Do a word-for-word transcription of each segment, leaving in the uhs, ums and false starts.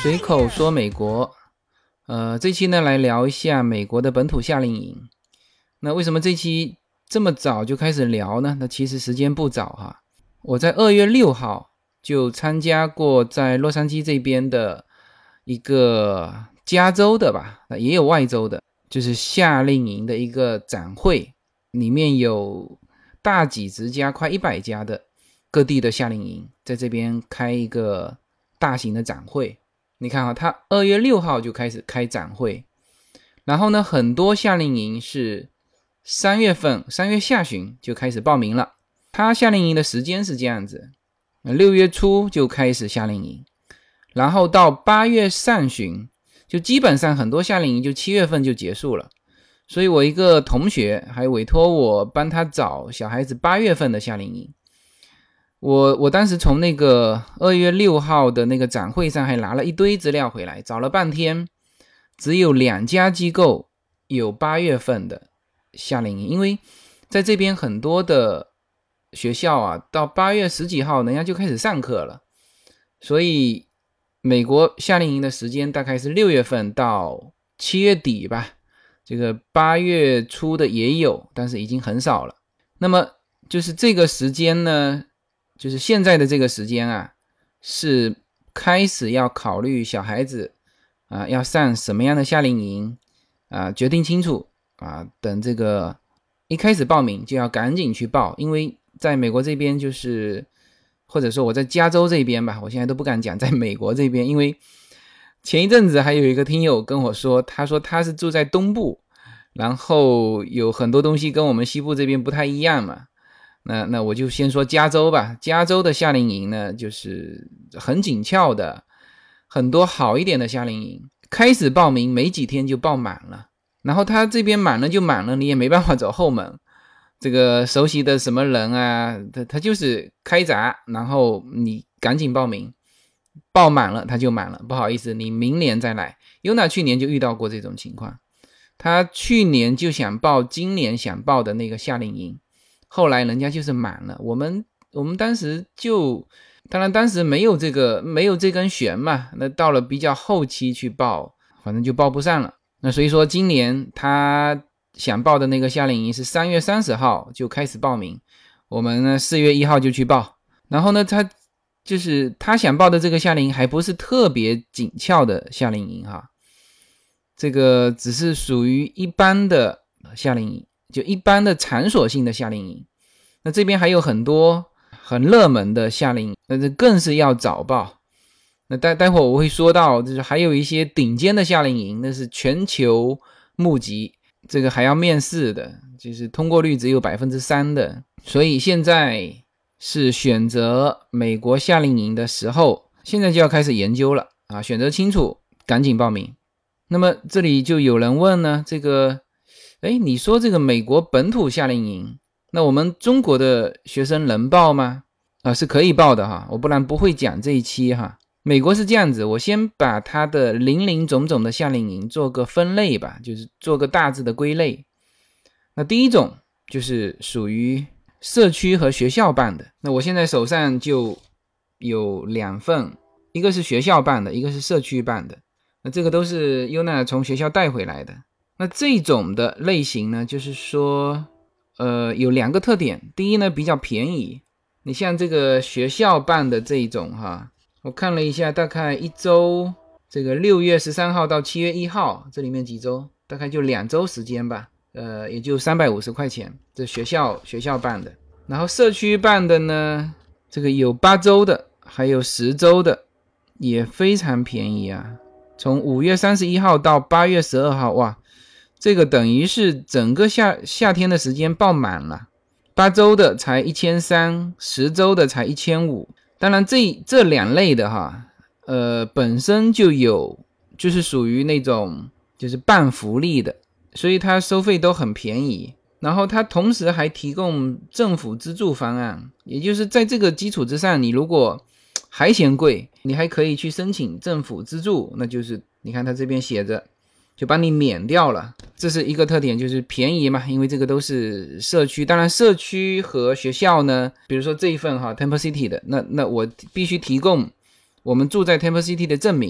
随口说美国，呃，这期呢来聊一下美国的本土夏令营。那为什么这期这么早就开始聊呢？那其实时间不早哈，我在二月六号就参加过在洛杉矶这边的一个加州的吧，也有外州的，就是夏令营的一个展会，里面有大几十家，快一百家的各地的夏令营，在这边开一个大型的展会。你看啊，他二月六号就开始开展会，然后呢，很多夏令营是三月份三月下旬就开始报名了。他夏令营的时间是这样子，六月初就开始夏令营，然后到八月上旬，就基本上很多夏令营就七月份就结束了。所以我一个同学还委托我帮他找小孩子八月份的夏令营。我我当时从那个二月六号的那个展会上还拿了一堆资料回来，找了半天，只有两家机构有八月份的夏令营。因为在这边很多的学校啊，到八月十几号人家就开始上课了，所以美国夏令营的时间大概是六月份到七月底吧，这个八月初的也有，但是已经很少了。那么就是这个时间呢，就是现在的这个时间啊，是开始要考虑小孩子啊要上什么样的夏令营啊，决定清楚啊，等这个一开始报名就要赶紧去报。因为在美国这边，就是或者说我在加州这边吧，我现在都不敢讲在美国这边，因为前一阵子还有一个听友跟我说，他说他是住在东部，然后有很多东西跟我们西部这边不太一样嘛。那那我就先说加州吧，加州的夏令营呢，就是很紧俏的，很多好一点的夏令营，开始报名没几天就报满了，然后他这边满了就满了，你也没办法走后门，这个熟悉的什么人啊，他他就是开闸，然后你赶紧报名，报满了他就满了，不好意思，你明年再来。Yuna 去年就遇到过这种情况，他去年就想报今年想报的那个夏令营，后来人家就是满了，我们我们当时就，当然当时没有这个没有这根弦嘛，那到了比较后期去报，反正就报不上了。那所以说今年他想报的那个夏令营是三月三十号就开始报名，我们呢四月一号就去报。然后呢，他就是他想报的这个夏令营还不是特别紧俏的夏令营哈，这个只是属于一般的夏令营，就一般的场所性的夏令营。那这边还有很多很热门的夏令营，那这更是要早报。那待待会儿我会说到，就是还有一些顶尖的夏令营，那是全球募集，这个还要面试的，就是通过率只有 百分之三 的。所以现在是选择美国夏令营的时候，现在就要开始研究了啊，选择清楚赶紧报名。那么这里就有人问呢，这个诶，你说这个美国本土夏令营，那我们中国的学生能报吗？啊，是可以报的哈，我不然不会讲这一期哈。美国是这样子，我先把它的林林总总的夏令营做个分类吧，就是做个大致的归类。那第一种就是属于社区和学校办的，那我现在手上就有两份，一个是学校办的，一个是社区办的。那这个都是 Yuna 从学校带回来的。那这种的类型呢，就是说呃，有两个特点。第一呢，比较便宜，你像这个学校办的这一种哈，我看了一下，大概一周，这个六月十三号到七月一号，这里面几周，大概就两周时间吧，呃，也就三百五十块钱，这学校学校办的。然后社区办的呢，这个有八周的，还有十周的，也非常便宜啊。从五月三十一号到八月十二号，哇，这个等于是整个夏夏天的时间报满了。八周的才一千三百，十周的才一千五百。当然这这两类的哈，呃，本身就有就是属于那种就是办福利的，所以它收费都很便宜。然后它同时还提供政府资助方案，也就是在这个基础之上，你如果还嫌贵，你还可以去申请政府资助，那就是你看它这边写着就把你免掉了。这是一个特点，就是便宜嘛，因为这个都是社区。当然社区和学校呢，比如说这一份哈 Temple City 的，那那我必须提供我们住在 Temple City 的证明，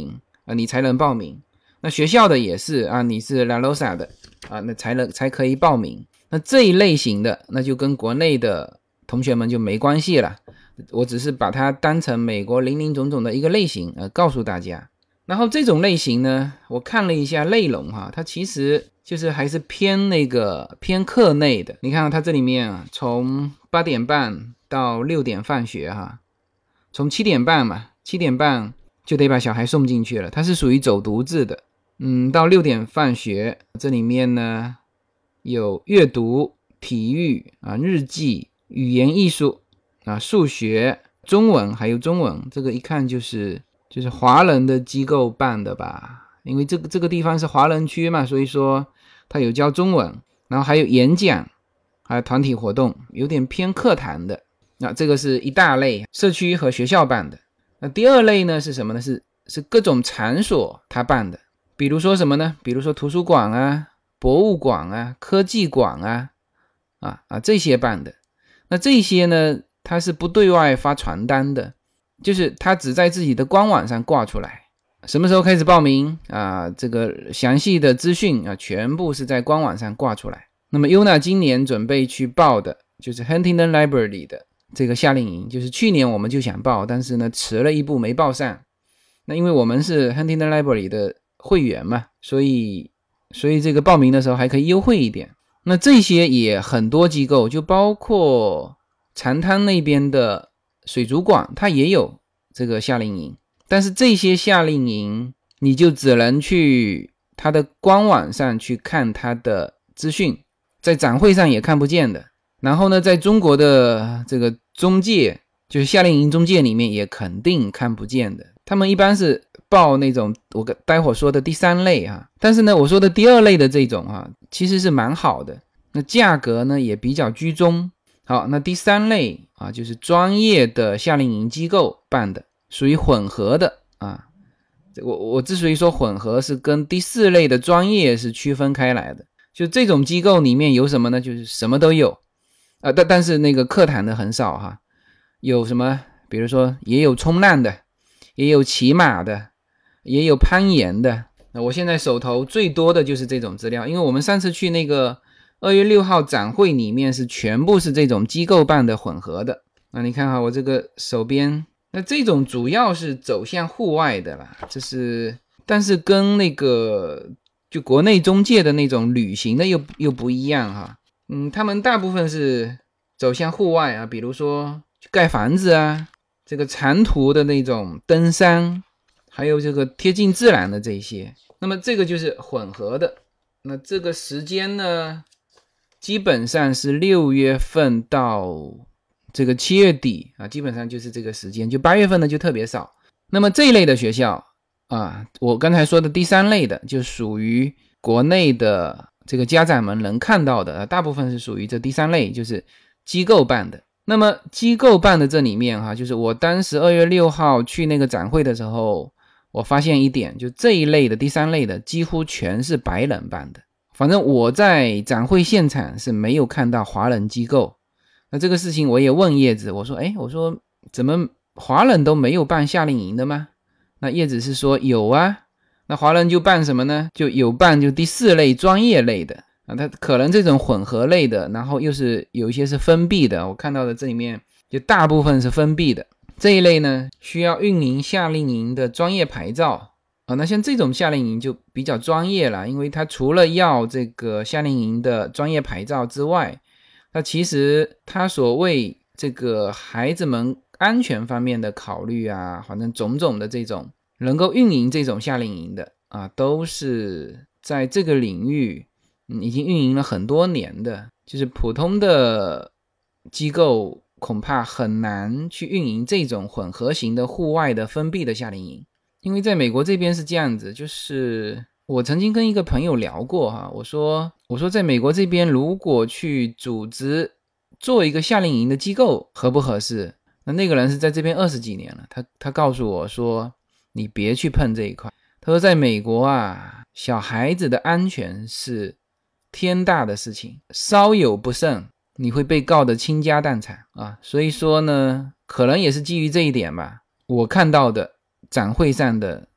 啊，你才能报名。那学校的也是啊，你是 La Rosa 的啊，那才能才可以报名。那这一类型的，那就跟国内的同学们就没关系了。我只是把它当成美国林林总总的一个类型，呃，告诉大家。然后这种类型呢，我看了一下内容哈，它其实就是还是偏那个偏课内的。你看它这里面啊，从八点半到六点放学哈，从七点半嘛，七点半就得把小孩送进去了，它是属于走读制的。嗯，到六点放学，这里面呢有阅读、体育啊、日记、语言艺术啊、数学、中文，还有中文，这个一看就是就是华人的机构办的吧？因为这个这个地方是华人区嘛，所以说它有教中文，然后还有演讲，还有团体活动，有点偏课堂的。那这个是一大类，社区和学校办的。那第二类呢是什么呢？是是各种场所它办的。比如说什么呢？比如说图书馆啊、博物馆啊、科技馆啊，啊啊这些办的。那这些呢，它是不对外发传单的，就是它只在自己的官网上挂出来。什么时候开始报名啊？这个详细的资讯啊，全部是在官网上挂出来。那么 Yuna 今年准备去报的，就是 Huntington Library 的这个夏令营，就是去年我们就想报，但是呢迟了一步没报上。那因为我们是 Huntington Library 的会员嘛，所以所以这个报名的时候还可以优惠一点。那这些也很多机构，就包括长滩那边的水族馆，它也有这个夏令营，但是这些夏令营你就只能去它的官网上去看它的资讯，在展会上也看不见的。然后呢，在中国的这个中介，就是夏令营中介里面也肯定看不见的。他们一般是报那种我待会儿说的第三类啊，但是呢我说的第二类的这种啊其实是蛮好的，那价格呢也比较居中。好，那第三类啊就是专业的夏令营机构办的，属于混合的啊。我我之所以说混合，是跟第四类的专业是区分开来的。就这种机构里面有什么呢？就是什么都有啊，但但是那个课堂的很少哈，有什么？比如说也有冲浪的，也有骑马的，也有攀岩的。那我现在手头最多的就是这种资料，因为我们上次去那个二月六号展会里面是全部是这种机构办的混合的。那你看哈，我这个手边，那这种主要是走向户外的啦，这是，但是跟那个就国内中介的那种旅行的又又不一样哈。嗯，他们大部分是走向户外啊，比如说盖房子啊，这个长途的那种登山，还有这个贴近自然的这些。那么这个就是混合的。那这个时间呢，基本上是六月份到这个七月底啊，基本上就是这个时间。就八月份呢就特别少。那么这一类的学校啊，我刚才说的第三类的，就属于国内的这个家长们能看到的，大部分是属于这第三类，就是机构办的。那么机构办的这里面哈，就是我当时二月六号去那个展会的时候，我发现一点，就这一类的第三类的几乎全是白人办的。反正我在展会现场是没有看到华人机构。那这个事情我也问叶子，我说诶我说怎么华人都没有办夏令营的吗？那叶子是说有啊。那华人就办什么呢？就有办就第四类专业类的啊，它可能这种混合类的，然后又是有一些是封闭的，我看到的这里面就大部分是封闭的。这一类呢需要运营夏令营的专业牌照啊，那像这种夏令营就比较专业了，因为它除了要这个夏令营的专业牌照之外，它其实它所谓这个孩子们安全方面的考虑啊，反正种种的这种能够运营这种夏令营的啊，都是在这个领域、嗯、已经运营了很多年的，就是普通的机构恐怕很难去运营这种混合型的户外的封闭的夏令营。因为在美国这边是这样子，就是我曾经跟一个朋友聊过哈，我说我说在美国这边如果去组织做一个夏令营的机构合不合适？那那个人是在这边二十几年了，他他告诉我说你别去碰这一块。他说在美国啊，小孩子的安全是天大的事情，稍有不慎你会被告得倾家荡产啊。所以说呢，可能也是基于这一点吧，我看到的展会上的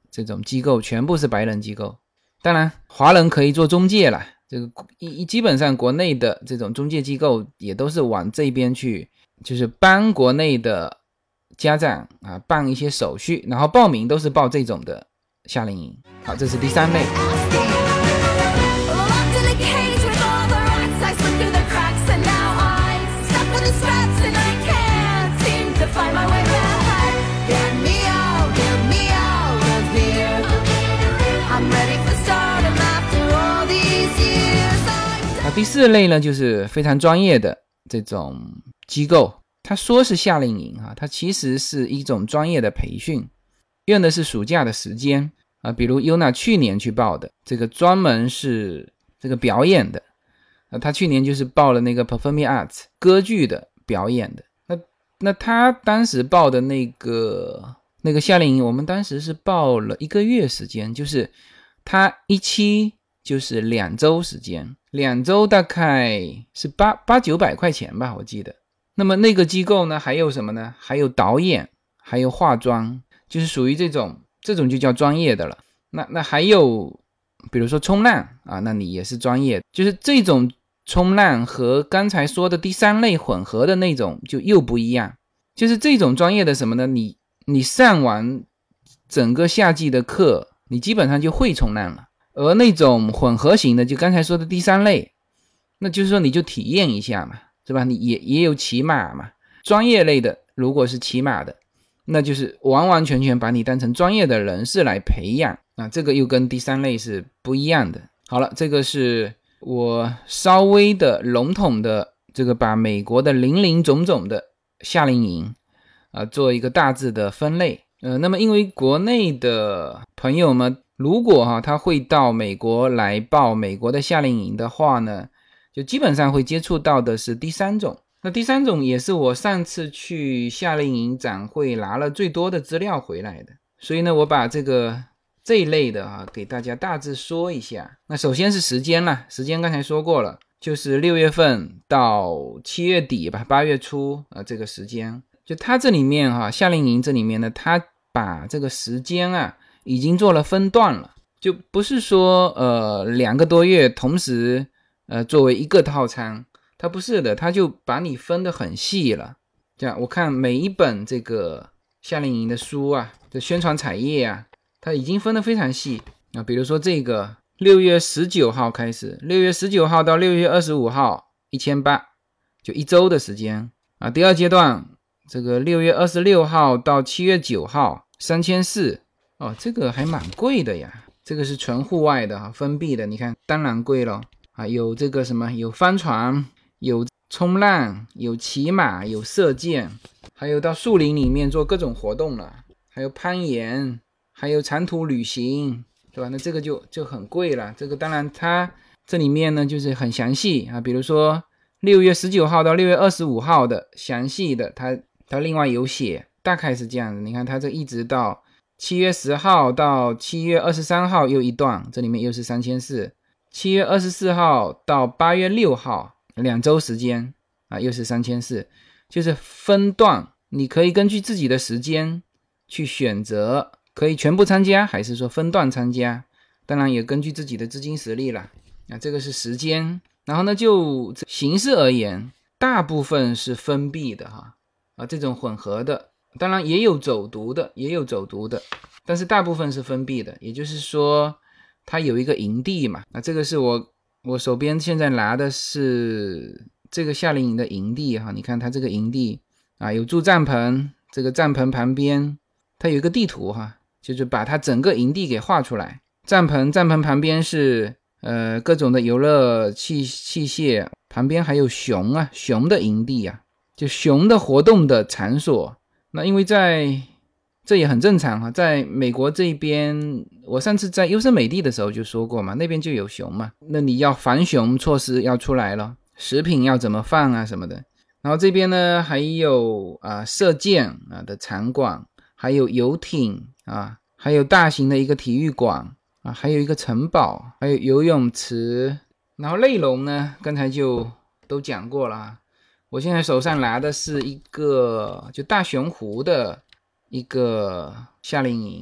这种机构全部是白人机构。当然华人可以做中介了，这个基本上国内的这种中介机构也都是往这边去，就是帮国内的家长啊办一些手续，然后报名都是报这种的夏令营。好，这是第三类。第四类呢，就是非常专业的这种机构，他说是夏令营啊，它其实是一种专业的培训，用的是暑假的时间啊。比如 Yuna 去年去报的，这个专门是这个表演的啊，他去年就是报了那个 Performing Arts 歌剧的表演的。那那他当时报的那个那个夏令营，我们当时是报了一个月时间，就是他一期就是两周时间。两周大概是八八九百块钱吧，我记得。那么那个机构呢，还有什么呢？还有导演，还有化妆，就是属于这种这种就叫专业的了。那那还有比如说冲浪啊，那你也是专业，就是这种冲浪和刚才说的第三类混合的那种就又不一样。就是这种专业的什么呢？你你上完整个夏季的课，你基本上就会冲浪了。而那种混合型的，就刚才说的第三类，那就是说你就体验一下嘛，是吧？你也也有骑马嘛。专业类的如果是骑马的，那就是完完全全把你当成专业的人士来培养啊，这个又跟第三类是不一样的。好了，这个是我稍微的笼统的这个把美国的林林总总的夏令营啊做一个大致的分类。呃，那么因为国内的朋友们如果哈、啊、他会到美国来报美国的夏令营的话呢，就基本上会接触到的是第三种。那第三种也是我上次去夏令营展会拿了最多的资料回来的，所以呢我把这个这一类的啊给大家大致说一下。那首先是时间啦，时间刚才说过了，就是六月份到七月底吧，八月初啊这个时间。就它这里面哈、啊、夏令营这里面呢，它把这个时间啊已经做了分段了，就不是说呃两个多月同时呃作为一个套餐，它不是的，它就把你分得很细了。这样我看每一本这个夏令营的书啊的宣传彩页啊，它已经分得非常细啊。比如说这个六月十九号开始，六月十九号到六月二十五号一千八百，就一周的时间啊。第二阶段这个六月二十六号到七月九号三千四百，哦，这个还蛮贵的呀，这个是纯户外的啊，封闭的，你看当然贵了啊。有这个什么，有帆船，有冲浪，有骑马，有射箭，还有到树林里面做各种活动了，还有攀岩，还有长途旅行，对吧？那这个就就很贵了。这个当然它这里面呢就是很详细啊，比如说六月十九号到六月二十五号的详细的，它它另外有写，大概是这样的。你看它这一直到七月十号到七月二十三号又一段，这里面又是三千四百，七月二十四号到八月六号两周时间啊，又是三千四百，就是分段，你可以根据自己的时间去选择，可以全部参加还是说分段参加，当然也根据自己的资金实力啦。啊，这个是时间。然后呢，就形式而言，大部分是封闭的哈，啊，这种混合的，当然也有走读的，也有走读的，但是大部分是封闭的，也就是说，它有一个营地嘛。啊，这个是我我手边现在拿的是这个夏令营的营地哈，你看它这个营地啊，有住帐篷，这个帐篷旁边它有一个地图哈，就是把它整个营地给画出来。帐篷帐篷旁边是呃各种的游乐器器械，旁边还有熊啊，熊的营地啊，就熊的活动的场所。那因为在这也很正常哈，在美国这边，我上次在优胜美地的时候就说过嘛，那边就有熊嘛，那你要防熊措施要出来了，食品要怎么放啊什么的。然后这边呢还有啊射箭啊的场馆，还有游艇啊，还有大型的一个体育馆啊，还有一个城堡，还有游泳池。然后内容呢刚才就都讲过了，我现在手上拿的是一个就大熊湖的一个夏令营。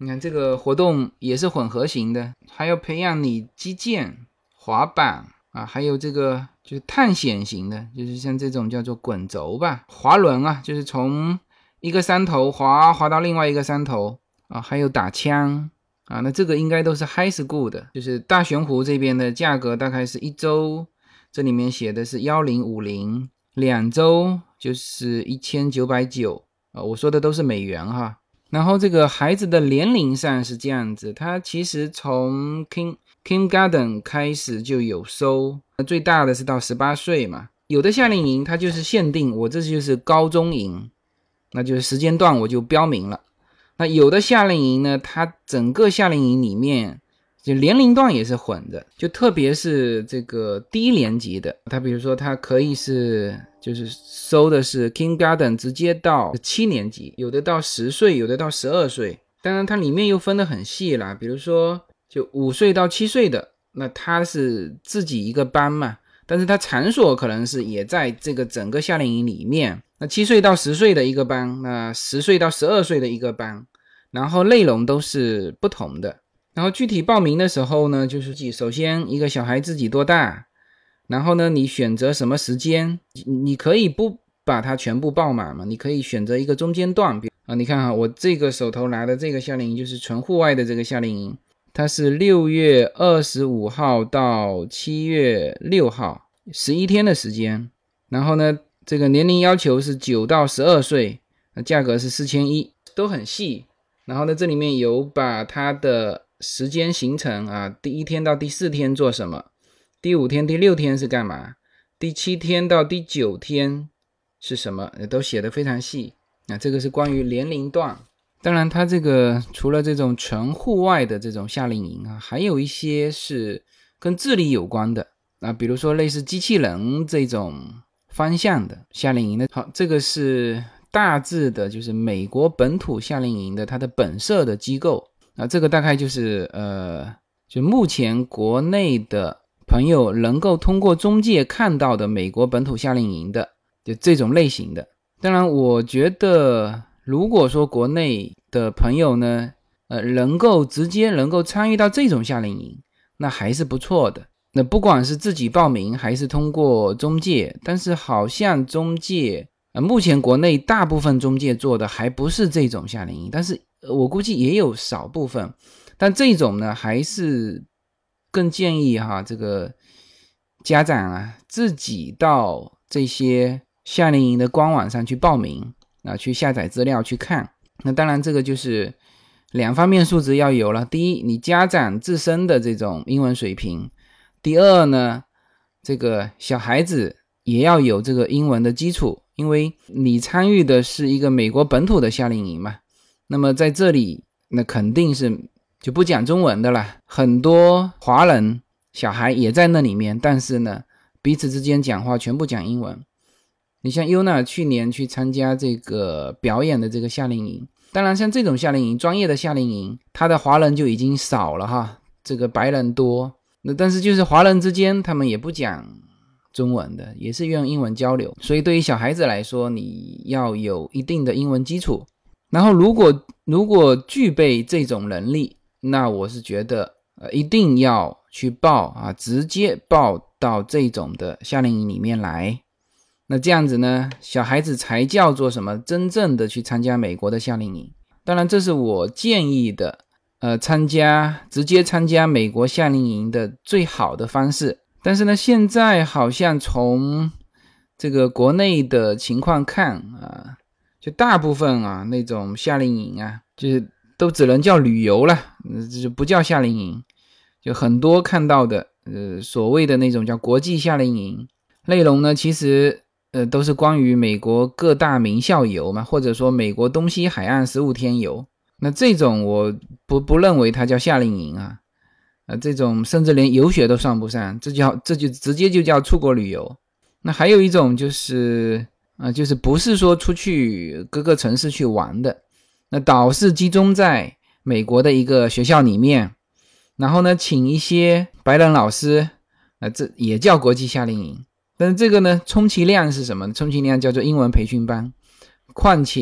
你看这个活动也是混合型的，还要培养你击剑、滑板啊，还有这个就是探险型的，就是像这种叫做滚轴吧，滑轮啊，就是从一个山头滑滑到另外一个山头啊，还有打枪啊，那这个应该都是 high school 的，就是大悬湖这边的价格大概是一周，这里面写的是一零五零，两周就是一千九百九十啊，我说的都是美元哈。然后这个孩子的年龄上是这样子，他其实从 King Kindergarten 开始就有收，最大的是到十八岁嘛。有的夏令营它就是限定，我这就是高中营，那就是时间段我就标明了。那有的夏令营呢，它整个夏令营里面就年龄段也是混的，就特别是这个低年级的，它比如说它可以是就是收的是 Kindergarten 直接到七年级，有的到十岁，有的到十二岁。当然它里面又分得很细啦，比如说就五岁到七岁的，那它是自己一个班嘛，但是它场所可能是也在这个整个夏令营里面。那七岁到十岁的一个班，那十岁到十二岁的一个班，然后内容都是不同的。然后具体报名的时候呢，就是首先一个小孩自己多大，然后呢你选择什么时间，你可以不把它全部报满嘛，你可以选择一个中间段啊。你看哈，我这个手头拿的这个夏令营就是纯户外的这个夏令营，它是六月二十五号到七月六号，十一天的时间。然后呢这个年龄要求是九到十二岁，价格是四千一，都很细。然后呢这里面有把它的时间行程啊，第一天到第四天做什么，第五天第六天是干嘛，第七天到第九天是什么，都写得非常细啊。这个是关于年龄段。当然它这个除了这种纯户外的这种夏令营啊，还有一些是跟智力有关的啊，比如说类似机器人这种方向的夏令营的。好，这个是大致的就是美国本土夏令营的它的本社的机构啊，这个大概就是呃，就目前国内的朋友能够通过中介看到的美国本土夏令营的就这种类型的。当然我觉得如果说国内的朋友呢呃，能够直接能够参与到这种夏令营，那还是不错的。那不管是自己报名还是通过中介，但是好像中介呃，目前国内大部分中介做的还不是这种夏令营，但是我估计也有少部分，但这种呢还是更建议哈，这个家长啊自己到这些夏令营的官网上去报名啊，去下载资料去看。那当然这个就是两方面素质要有了，第一你家长自身的这种英文水平，第二呢这个小孩子也要有这个英文的基础，因为你参与的是一个美国本土的夏令营嘛，那么在这里那肯定是就不讲中文的了，很多华人小孩也在那里面，但是呢彼此之间讲话全部讲英文。你像优娜去年去参加这个表演的这个夏令营，当然像这种夏令营专业的夏令营他的华人就已经少了哈，这个白人多，那但是就是华人之间他们也不讲中文的，也是用英文交流，所以对于小孩子来说你要有一定的英文基础。然后如果如果具备这种能力，那我是觉得呃一定要去报啊，直接报到这种的夏令营里面来。那这样子呢小孩子才叫做什么真正的去参加美国的夏令营。当然这是我建议的呃，参加直接参加美国夏令营的最好的方式。但是呢现在好像从这个国内的情况看啊，就大部分啊那种夏令营啊就是都只能叫旅游了，就不叫夏令营。就很多看到的呃所谓的那种叫国际夏令营，内容呢其实呃都是关于美国各大名校游嘛，或者说美国东西海岸十五天游。那这种我不不认为它叫夏令营啊，呃这种甚至连游学都算不上，这叫这就直接就叫出国旅游。那还有一种就是呃就是不是说出去各个城市去玩的，那导是集中在美国的一个学校里面，然后呢请一些白人老师，呃这也叫国际夏令营。但是这个呢充其量是什么？充其量叫做英文培训班。况且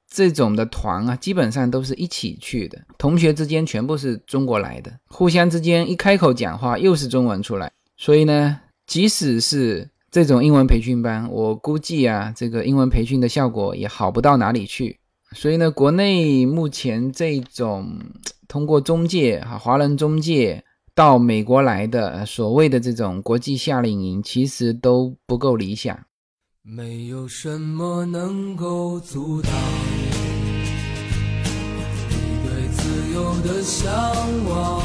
这种的团啊，基本上都是一起去的，同学之间全部是中国来的，互相之间一开口讲话又是中文出来，所以呢，即使是这种英文培训班，我估计啊，这个英文培训的效果也好不到哪里去。所以呢，国内目前这种通过中介华人中介到美国来的所谓的这种国际夏令营，其实都不够理想。 没有什么能够阻挡你对自由的向往。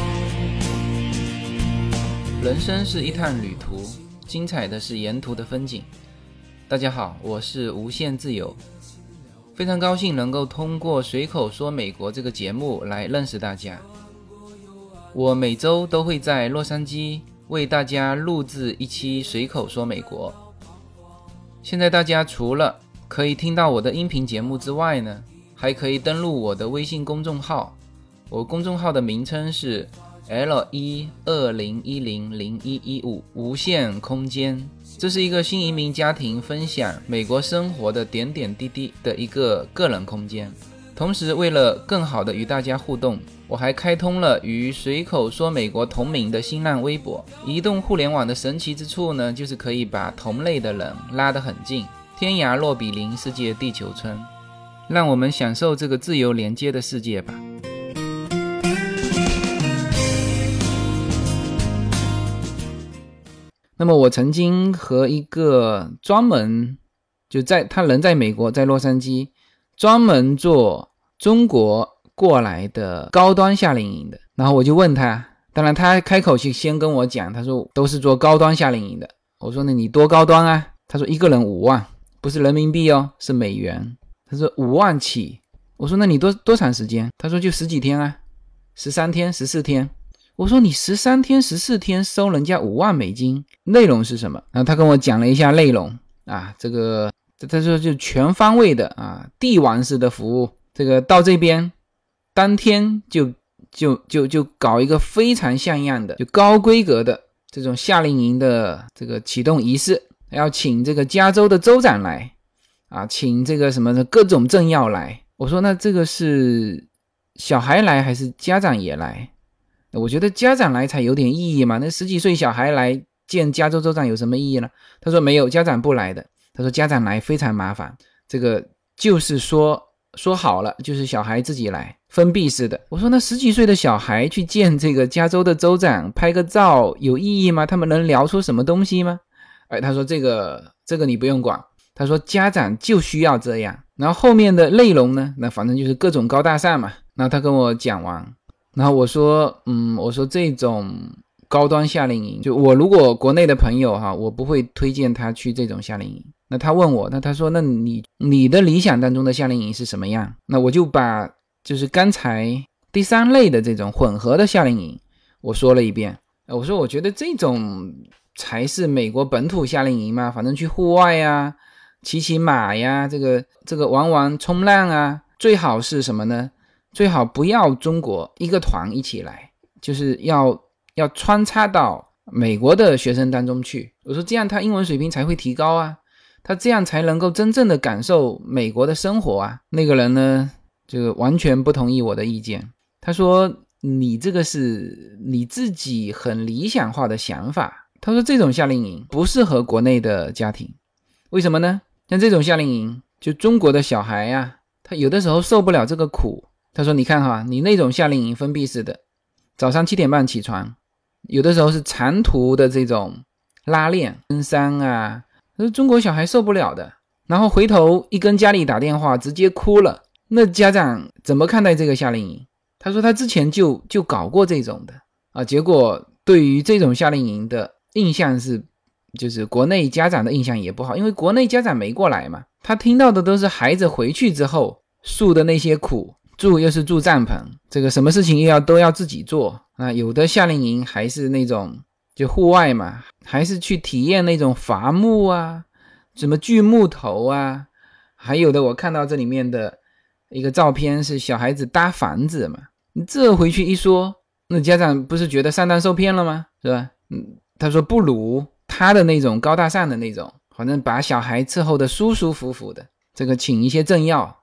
人生是一趟旅途，精彩的是沿途的风景。大家好，我是无限自由，非常高兴能够通过随口说美国这个节目来认识大家。我每周都会在洛杉矶为大家录制一期随口说美国。现在大家除了可以听到我的音频节目之外呢，还可以登录我的微信公众号，我公众号的名称是 L 一 二零一零零一一五 无限空间，这是一个新移民家庭分享美国生活的点点滴滴的一个个人空间。同时为了更好的与大家互动，我还开通了与随口说美国同名的新浪微博。移动互联网的神奇之处呢，就是可以把同类的人拉得很近，天涯若比邻，世界地球村。让我们享受这个自由连接的世界吧。那么我曾经和一个专门就在他人在美国，在洛杉矶专门做中国过来的高端夏令营的，然后我就问他，当然他开口去先跟我讲，他说都是做高端夏令营的。我说那你多高端啊？他说一个人五万，不是人民币哦，是美元。他说五万起。我说那你多多长时间？他说就十几天啊，十三天十四天。我说你十三天十四天收人家五万美金，内容是什么？然后他跟我讲了一下内容啊，这个他说就全方位的啊，帝王式的服务。这个到这边当天就就就就搞一个非常像样的就高规格的这种夏令营的这个启动仪式，要请这个加州的州长来啊，请这个什么的各种政要来。我说那这个是小孩来还是家长也来？我觉得家长来才有点意义嘛，那十几岁小孩来见加州州长有什么意义呢？他说没有，家长不来的。他说家长来非常麻烦，这个就是说说好了就是小孩自己来，封闭式的。我说那十几岁的小孩去见这个加州的州长拍个照有意义吗？他们能聊出什么东西吗？哎，他说这个这个你不用管，他说家长就需要这样。然后后面的内容呢，那反正就是各种高大上嘛。然后他跟我讲完，然后我说嗯，我说这种高端夏令营，就我如果国内的朋友哈，我不会推荐他去这种夏令营。那他问我，那他说那你你的理想当中的夏令营是什么样？那我就把就是刚才第三类的这种混合的夏令营我说了一遍。我说我觉得这种才是美国本土夏令营嘛，反正去户外呀，骑骑马呀，这个这个玩玩冲浪啊，最好是什么呢？最好不要中国一个团一起来，就是要要穿插到美国的学生当中去。我说这样他英文水平才会提高啊，他这样才能够真正的感受美国的生活啊。那个人呢就完全不同意我的意见，他说你这个是你自己很理想化的想法。他说这种夏令营不适合国内的家庭，为什么呢？像这种夏令营就中国的小孩啊，他有的时候受不了这个苦。他说你看哈，你那种夏令营封闭式的，早上七点半起床，有的时候是长途的这种拉练登山啊，中国小孩受不了的，然后回头一跟家里打电话直接哭了。那家长怎么看待这个夏令营？他说他之前就就搞过这种的啊，结果对于这种夏令营的印象是就是国内家长的印象也不好，因为国内家长没过来嘛，他听到的都是孩子回去之后受的那些苦，住又是住帐篷，这个什么事情又要都要自己做啊。有的夏令营还是那种就户外嘛，还是去体验那种伐木啊，什么锯木头啊，还有的我看到这里面的一个照片是小孩子搭房子嘛，你这回去一说，那家长不是觉得上当受骗了吗？是吧？嗯，他说不如他的那种高大上的那种，反正把小孩伺候的舒舒服服的，这个请一些政要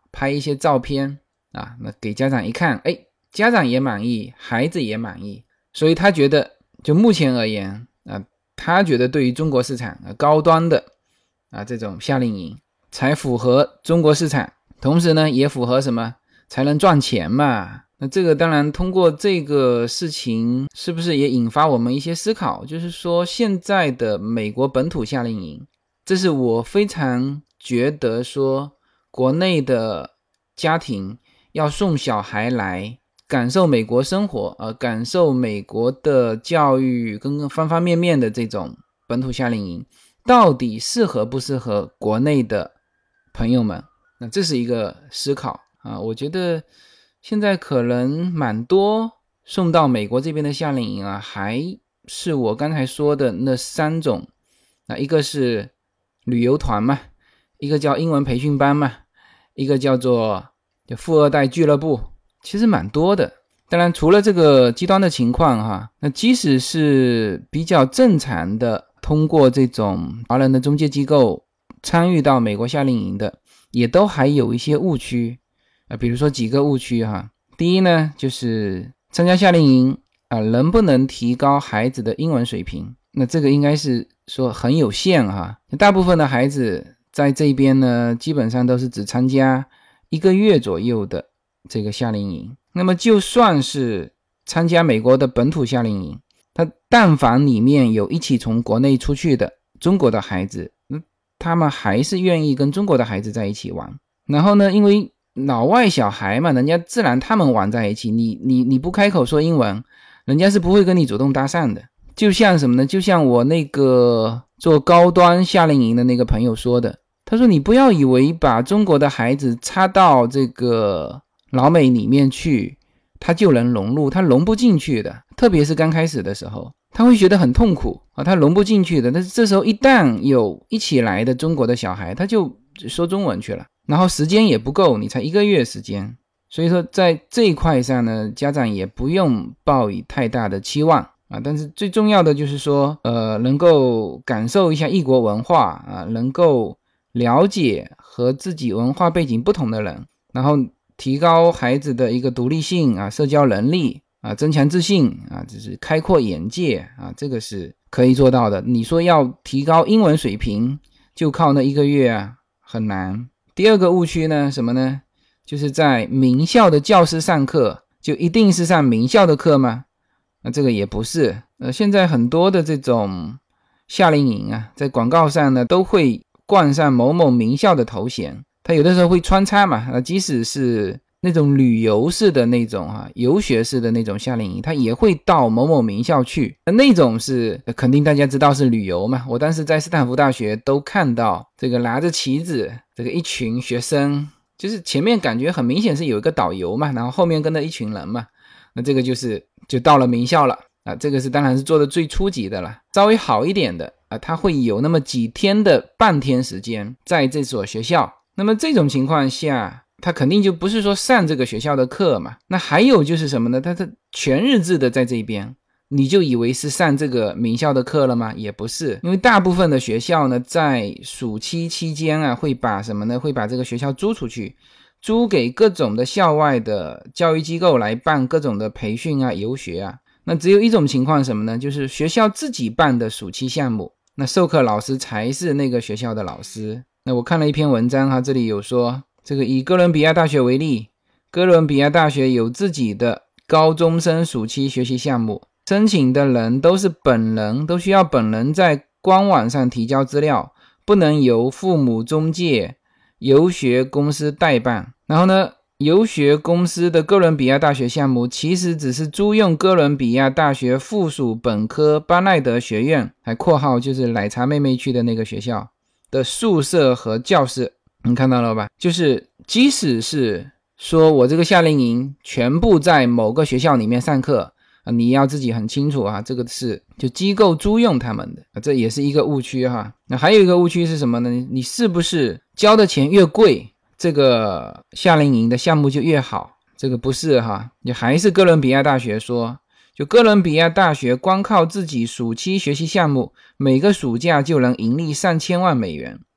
拍一些照片啊，那给家长一看，哎，家长也满意，孩子也满意，所以他觉得就目前而言啊，他觉得对于中国市场、啊、高端的啊这种夏令营才符合中国市场，同时呢也符合什么才能赚钱嘛。那这个当然通过这个事情是不是也引发我们一些思考，就是说现在的美国本土夏令营，这是我非常觉得说国内的家庭要送小孩来感受美国生活、呃、感受美国的教育跟方方面面的这种本土夏令营到底适合不适合国内的朋友们，那这是一个思考啊。我觉得现在可能蛮多送到美国这边的夏令营啊，还是我刚才说的那三种，那一个是旅游团嘛，一个叫英文培训班嘛，一个叫做富二代俱乐部，其实蛮多的。当然除了这个极端的情况哈，那即使是比较正常的通过这种华人的中介机构参与到美国夏令营的，也都还有一些误区啊，比如说几个误区哈。第一呢，就是参加夏令营啊，能不能提高孩子的英文水平？那这个应该是说很有限哈。大部分的孩子在这边呢，基本上都是只参加一个月左右的这个夏令营。那么就算是参加美国的本土夏令营，他但凡里面有一起从国内出去的中国的孩子，他们还是愿意跟中国的孩子在一起玩。然后呢，因为老外小孩嘛，人家自然他们玩在一起，你你你不开口说英文，人家是不会跟你主动搭讪的。就像什么呢？就像我那个做高端夏令营的那个朋友说的，他说你不要以为把中国的孩子插到这个老美里面去，他就能融入，他融不进去的。特别是刚开始的时候，他会觉得很痛苦啊，他融不进去的。但是这时候一旦有一起来的中国的小孩，他就说中文去了，然后时间也不够，你才一个月时间。所以说在这一块上呢，家长也不用抱以太大的期望啊。但是最重要的就是说，呃，能够感受一下异国文化啊，能够了解和自己文化背景不同的人，然后提高孩子的一个独立性啊，社交能力啊，增强自信啊，就是开阔眼界啊，这个是可以做到的。你说要提高英文水平，就靠那一个月啊，很难。第二个误区呢，什么呢？就是在名校的教师上课，就一定是上名校的课吗？那这个也不是。呃，现在很多的这种夏令营啊，在广告上呢，都会冠上某某名校的头衔。他有的时候会穿插嘛，呃，即使是那种旅游式的那种啊，游学式的那种夏令营，他也会到某某名校去。那种是肯定大家知道是旅游嘛。我当时在斯坦福大学都看到这个拿着旗子，这个一群学生，就是前面感觉很明显是有一个导游嘛，然后后面跟着一群人嘛。那这个就是就到了名校了啊，这个是当然是做的最初级的了。稍微好一点的啊，他会有那么几天的半天时间在这所学校。那么这种情况下，他肯定就不是说上这个学校的课嘛。那还有就是什么呢？他他全日制的在这边，你就以为是上这个名校的课了吗？也不是。因为大部分的学校呢，在暑期期间啊，会把什么呢？会把这个学校租出去，租给各种的校外的教育机构来办各种的培训啊、游学啊。那只有一种情况什么呢？就是学校自己办的暑期项目，那授课老师才是那个学校的老师。那我看了一篇文章哈，这里有说，这个以哥伦比亚大学为例，哥伦比亚大学有自己的高中生暑期学习项目，申请的人都是本人，都需要本人在官网上提交资料，不能由父母中介、游学公司代办。然后呢，游学公司的哥伦比亚大学项目其实只是租用哥伦比亚大学附属本科巴奈德学院，还括号就是奶茶妹妹去的那个学校的宿舍和教室。你看到了吧？就是即使是说我这个夏令营全部在某个学校里面上课啊，你要自己很清楚啊，这个是就机构租用他们的啊，这也是一个误区哈。那还有一个误区是什么呢？你是不是交的钱越贵，这个夏令营的项目就越好？这个不是哈，你还是哥伦比亚大学说，就哥伦比亚大学光靠自己暑期学习项目，每个暑假就能盈利上千万美元。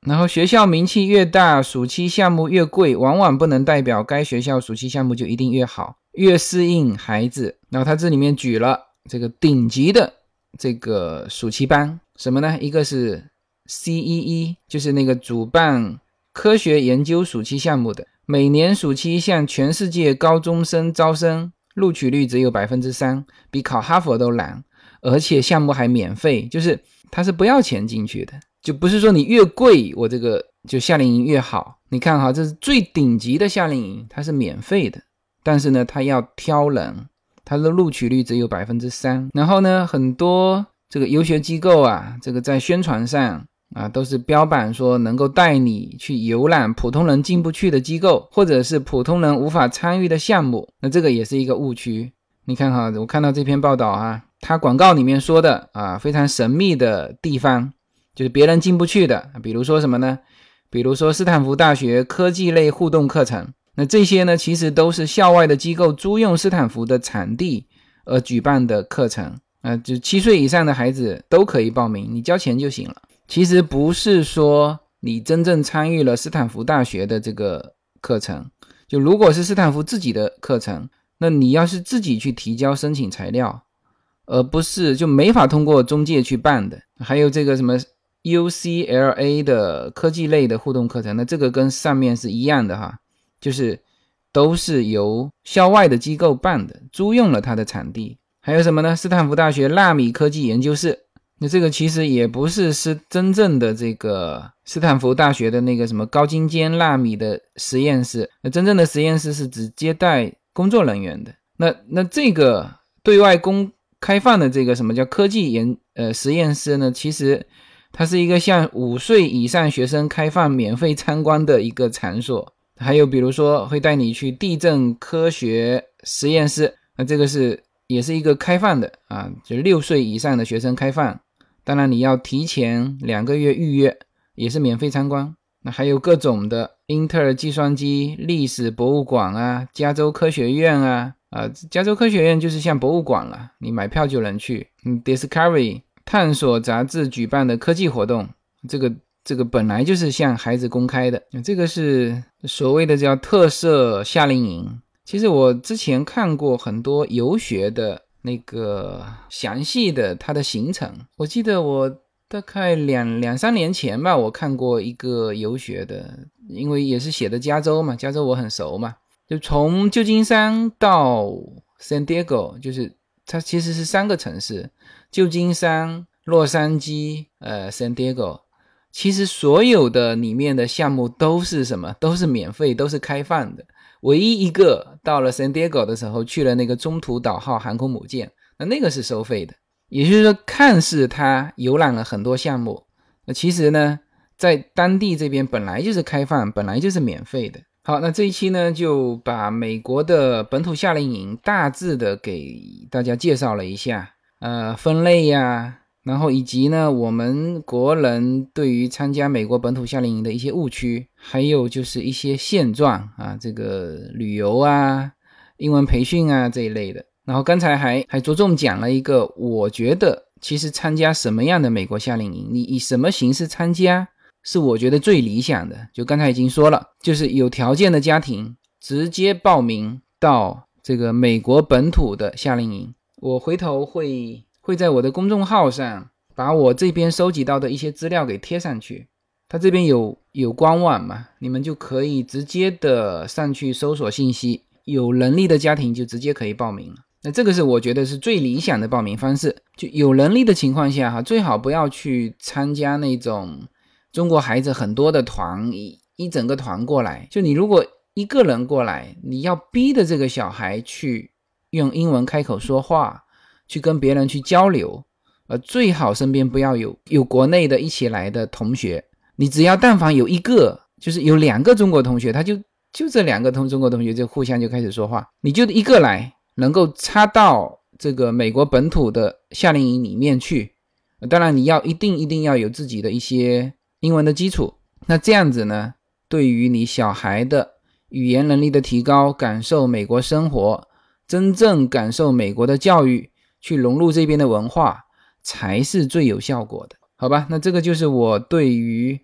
然后学校名气越大，暑期项目越贵，往往不能代表该学校暑期项目就一定越好，越适应孩子。然后他这里面举了这个顶级的这个暑期班，什么呢？一个是 C E E， 就是那个主办科学研究暑期项目的，每年暑期向全世界高中生招生，录取率只有 百分之三， 比考哈佛都难，而且项目还免费，就是它是不要钱进去的，就不是说你越贵我这个就夏令营越好。你看哈，这是最顶级的夏令营，它是免费的，但是呢它要挑人，它的录取率只有 百分之三。 然后呢很多这个游学机构啊，这个在宣传上啊，都是标榜说能够带你去游览普通人进不去的机构，或者是普通人无法参与的项目，那这个也是一个误区。你看哈，我看到这篇报道啊，它广告里面说的啊，非常神秘的地方，就是别人进不去的，比如说什么呢？比如说斯坦福大学科技类互动课程，那这些呢，其实都是校外的机构租用斯坦福的场地而举办的课程，啊，就七岁以上的孩子都可以报名，你交钱就行了。其实不是说你真正参与了斯坦福大学的这个课程，就如果是斯坦福自己的课程，那你要是自己去提交申请材料，而不是就没法通过中介去办的。还有这个什么 U C L A 的科技类的互动课程，那这个跟上面是一样的哈，就是都是由校外的机构办的，租用了它的场地。还有什么呢？斯坦福大学纳米科技研究室，那这个其实也不是是真正的这个斯坦福大学的那个什么高精尖纳米的实验室，那真正的实验室是只接待工作人员的。那那这个对外公开放的这个什么叫科技研呃实验室呢？其实它是一个向五岁以上学生开放免费参观的一个场所。还有比如说会带你去地震科学实验室，那这个是也是一个开放的啊，就六岁以上的学生开放，当然你要提前两个月预约，也是免费参观。那还有各种的英特尔计算机历史博物馆啊，加州科学院啊，啊，加州科学院就是像博物馆了，你买票就能去。嗯 Discovery 探索杂志举办的科技活动，这个这个本来就是向孩子公开的，这个是所谓的叫特色夏令营。其实我之前看过很多游学的那个详细的它的行程，我记得我大概两两三年前吧，我看过一个游学的，因为也是写的加州嘛，加州我很熟嘛，就从旧金山到 San Diego， 就是它其实是三个城市，旧金山、洛杉矶、呃 San Diego。其实所有的里面的项目都是什么？都是免费，都是开放的。唯一一个到了 San Diego 的时候去了那个中途岛号航空母舰，那那个是收费的。也就是说看似它游览了很多项目，那其实呢在当地这边本来就是开放，本来就是免费的。好，那这一期呢就把美国的本土夏令营大致的给大家介绍了一下，呃，分类呀，然后以及呢我们国人对于参加美国本土夏令营的一些误区，还有就是一些现状啊，这个旅游啊、英文培训啊这一类的。然后刚才还还着重讲了一个，我觉得其实参加什么样的美国夏令营，你以什么形式参加是我觉得最理想的。就刚才已经说了，就是有条件的家庭直接报名到这个美国本土的夏令营。我回头会会在我的公众号上把我这边收集到的一些资料给贴上去，它这边有有官网嘛，你们就可以直接的上去搜索信息，有能力的家庭就直接可以报名了。那这个是我觉得是最理想的报名方式。就有能力的情况下哈，最好不要去参加那种中国孩子很多的团，一一整个团过来。就你如果一个人过来，你要逼的这个小孩去用英文开口说话，去跟别人去交流，呃，最好身边不要有有国内的一起来的同学。你只要但凡有一个，就是有两个中国同学，他就就这两个同中国同学就互相就开始说话，你就一个来能够插到这个美国本土的夏令营里面去。当然你要一定一定要有自己的一些英文的基础，那这样子呢，对于你小孩的语言能力的提高，感受美国生活，真正感受美国的教育，去融入这边的文化，才是最有效果的。好吧，那这个就是我对于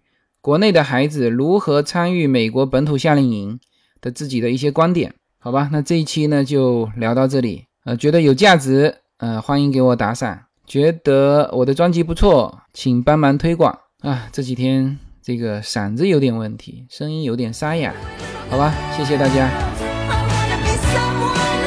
国内的孩子如何参与美国本土夏令营的自己的一些观点。好吧，那这一期呢就聊到这里。呃，觉得有价值，呃，欢迎给我打赏。觉得我的专辑不错，请帮忙推广啊。这几天这个嗓子有点问题，声音有点沙哑。好吧，谢谢大家。